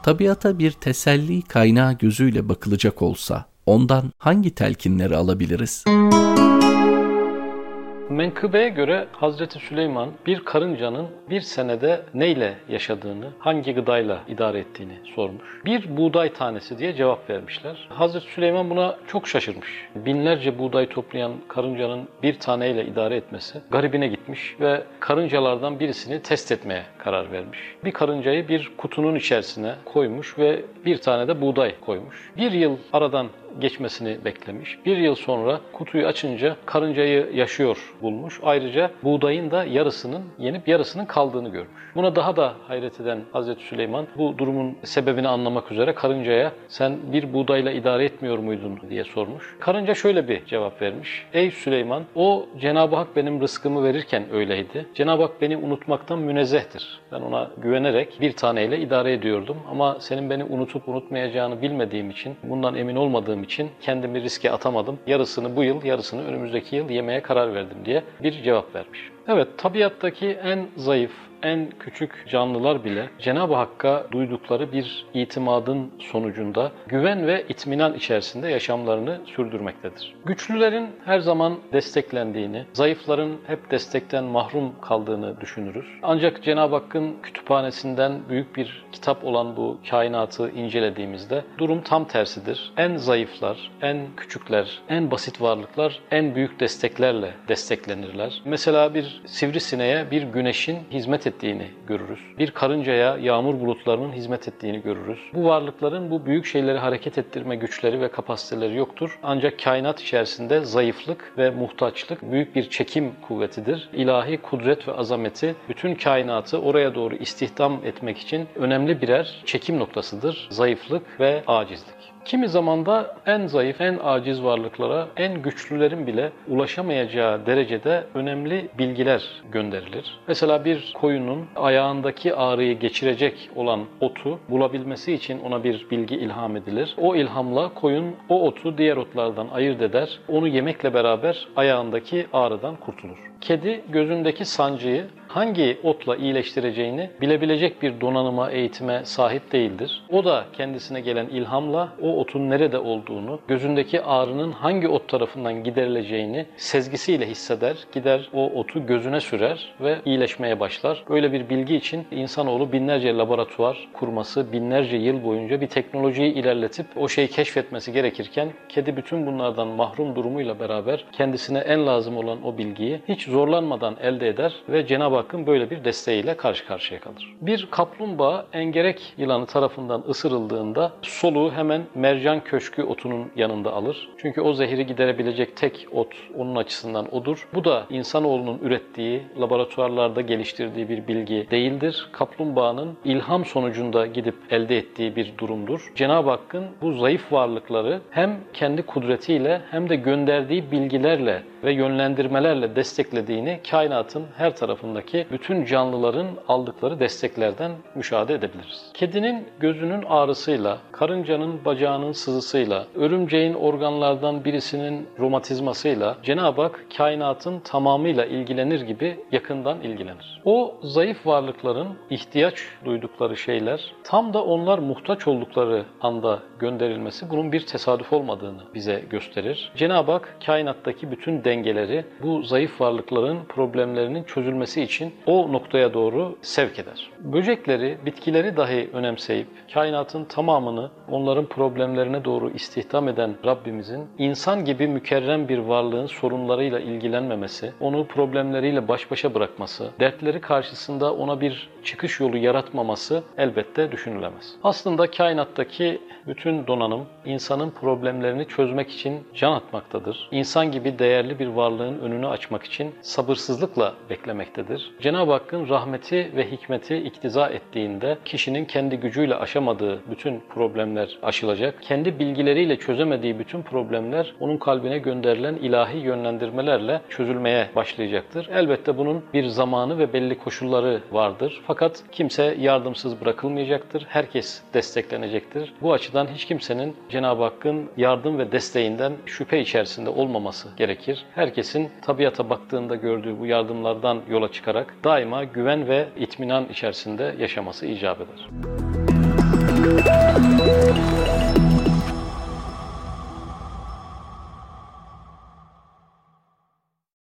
Tabiata bir teselli kaynağı gözüyle bakılacak olsa, ondan hangi telkinleri alabiliriz? Menkıbeye göre Hazreti Süleyman bir karıncanın bir senede neyle yaşadığını, hangi gıdayla idare ettiğini sormuş. Bir buğday tanesi diye cevap vermişler. Hazreti Süleyman buna çok şaşırmış. Binlerce buğday toplayan karıncanın bir taneyle idare etmesi garibine gitmiş ve karıncalardan birisini test etmeye karar vermiş. Bir karıncayı bir kutunun içerisine koymuş ve bir tane de buğday koymuş. Bir yıl aradan geçmesini beklemiş. Bir yıl sonra kutuyu açınca karıncayı yaşıyor bulmuş. Ayrıca buğdayın da yarısının yenip yarısının kaldığını görmüş. Buna daha da hayret eden Hazreti Süleyman bu durumun sebebini anlamak üzere karıncaya sen bir buğdayla idare etmiyor muydun diye sormuş. Karınca şöyle bir cevap vermiş. Ey Süleyman, o Cenab-ı Hak benim rızkımı verirken öyleydi. Cenab-ı Hak beni unutmaktan münezzehtir. Ben ona güvenerek bir taneyle idare ediyordum ama senin beni unutup unutmayacağını bilmediğim için, bundan emin olmadığım için kendimi riske atamadım. Yarısını bu yıl, yarısını önümüzdeki yıl yemeye karar verdim diye bir cevap vermiş. Evet, tabiattaki en zayıf, en küçük canlılar bile Cenab-ı Hakk'a duydukları bir itimadın sonucunda güven ve itminan içerisinde yaşamlarını sürdürmektedir. Güçlülerin her zaman desteklendiğini, zayıfların hep destekten mahrum kaldığını düşünürüz. Ancak Cenab-ı Hakk'ın kütüphanesinden büyük bir kitap olan bu kainatı incelediğimizde durum tam tersidir. En zayıflar, en küçükler, en basit varlıklar en büyük desteklerle desteklenirler. Mesela bir sivrisineğe bir güneşin hizmet ettiğini görürüz. Bir karıncaya yağmur bulutlarının hizmet ettiğini görürüz. Bu varlıkların bu büyük şeyleri hareket ettirme güçleri ve kapasiteleri yoktur. Ancak kainat içerisinde zayıflık ve muhtaçlık büyük bir çekim kuvvetidir. İlahi kudret ve azameti bütün kainatı oraya doğru istihdam etmek için önemli birer çekim noktasıdır. Zayıflık ve acizlik. Kimi zamanda en zayıf, en aciz varlıklara en güçlülerin bile ulaşamayacağı derecede önemli bilgiler gönderilir. Mesela bir koyunun ayağındaki ağrıyı geçirecek olan otu bulabilmesi için ona bir bilgi ilham edilir. O ilhamla koyun o otu diğer otlardan ayırt eder. Onu yemekle beraber ayağındaki ağrıdan kurtulur. Kedi gözündeki sancıyı hangi otla iyileştireceğini bilebilecek bir donanıma, eğitime sahip değildir. O da kendisine gelen ilhamla o otun nerede olduğunu, gözündeki ağrının hangi ot tarafından giderileceğini sezgisiyle hisseder, gider o otu gözüne sürer ve iyileşmeye başlar. Böyle bir bilgi için insanoğlu binlerce laboratuvar kurması, binlerce yıl boyunca bir teknolojiyi ilerletip o şeyi keşfetmesi gerekirken kedi bütün bunlardan mahrum durumuyla beraber kendisine en lazım olan o bilgiyi hiç zorlanmadan elde eder ve Cenab-ı Hakk'ın böyle bir desteğiyle karşı karşıya kalır. Bir kaplumbağa engerek yılanı tarafından ısırıldığında soluğu hemen mercan köşkü otunun yanında alır. Çünkü o zehiri giderebilecek tek ot onun açısından odur. Bu da insanoğlunun ürettiği, laboratuvarlarda geliştirdiği bir bilgi değildir. Kaplumbağanın ilham sonucunda gidip elde ettiği bir durumdur. Cenab-ı Hakk'ın bu zayıf varlıkları hem kendi kudretiyle hem de gönderdiği bilgilerle ve yönlendirmelerle desteklediğini kainatın her tarafındaki bütün canlıların aldıkları desteklerden müşahede edebiliriz. Kedinin gözünün ağrısıyla, karıncanın bacağının sızısıyla, örümceğin organlardan birisinin romatizmasıyla Cenab-ı Hak kainatın tamamıyla ilgilenir gibi yakından ilgilenir. O zayıf varlıkların ihtiyaç duydukları şeyler tam da onlar muhtaç oldukları anda gönderilmesi bunun bir tesadüf olmadığını bize gösterir. Cenab-ı Hak kainattaki bütün dengeleri bu zayıf varlıkların problemlerinin çözülmesi için o noktaya doğru sevk eder. Böcekleri, bitkileri dahi önemseyip kainatın tamamını onların problemlerine doğru istihdam eden Rabbimizin insan gibi mükerrem bir varlığın sorunlarıyla ilgilenmemesi, onu problemleriyle baş başa bırakması, dertleri karşısında ona bir çıkış yolu yaratmaması elbette düşünülemez. Aslında kainattaki bütün donanım insanın problemlerini çözmek için can atmaktadır. İnsan gibi değerli bir varlığın önünü açmak için sabırsızlıkla beklemektedir. Cenab-ı Hakk'ın rahmeti ve hikmeti iktiza ettiğinde kişinin kendi gücüyle aşamadığı bütün problemler aşılacak. Kendi bilgileriyle çözemediği bütün problemler onun kalbine gönderilen ilahi yönlendirmelerle çözülmeye başlayacaktır. Elbette bunun bir zamanı ve belli koşulları vardır. Fakat kimse yardımsız bırakılmayacaktır. Herkes desteklenecektir. Bu açıdan hiç kimsenin Cenab-ı Hakk'ın yardım ve desteğinden şüphe içerisinde olmaması gerekir. Herkesin tabiata baktığında gördüğü bu yardımlardan yola çıkarak daima güven ve itminan içerisinde yaşaması icap eder.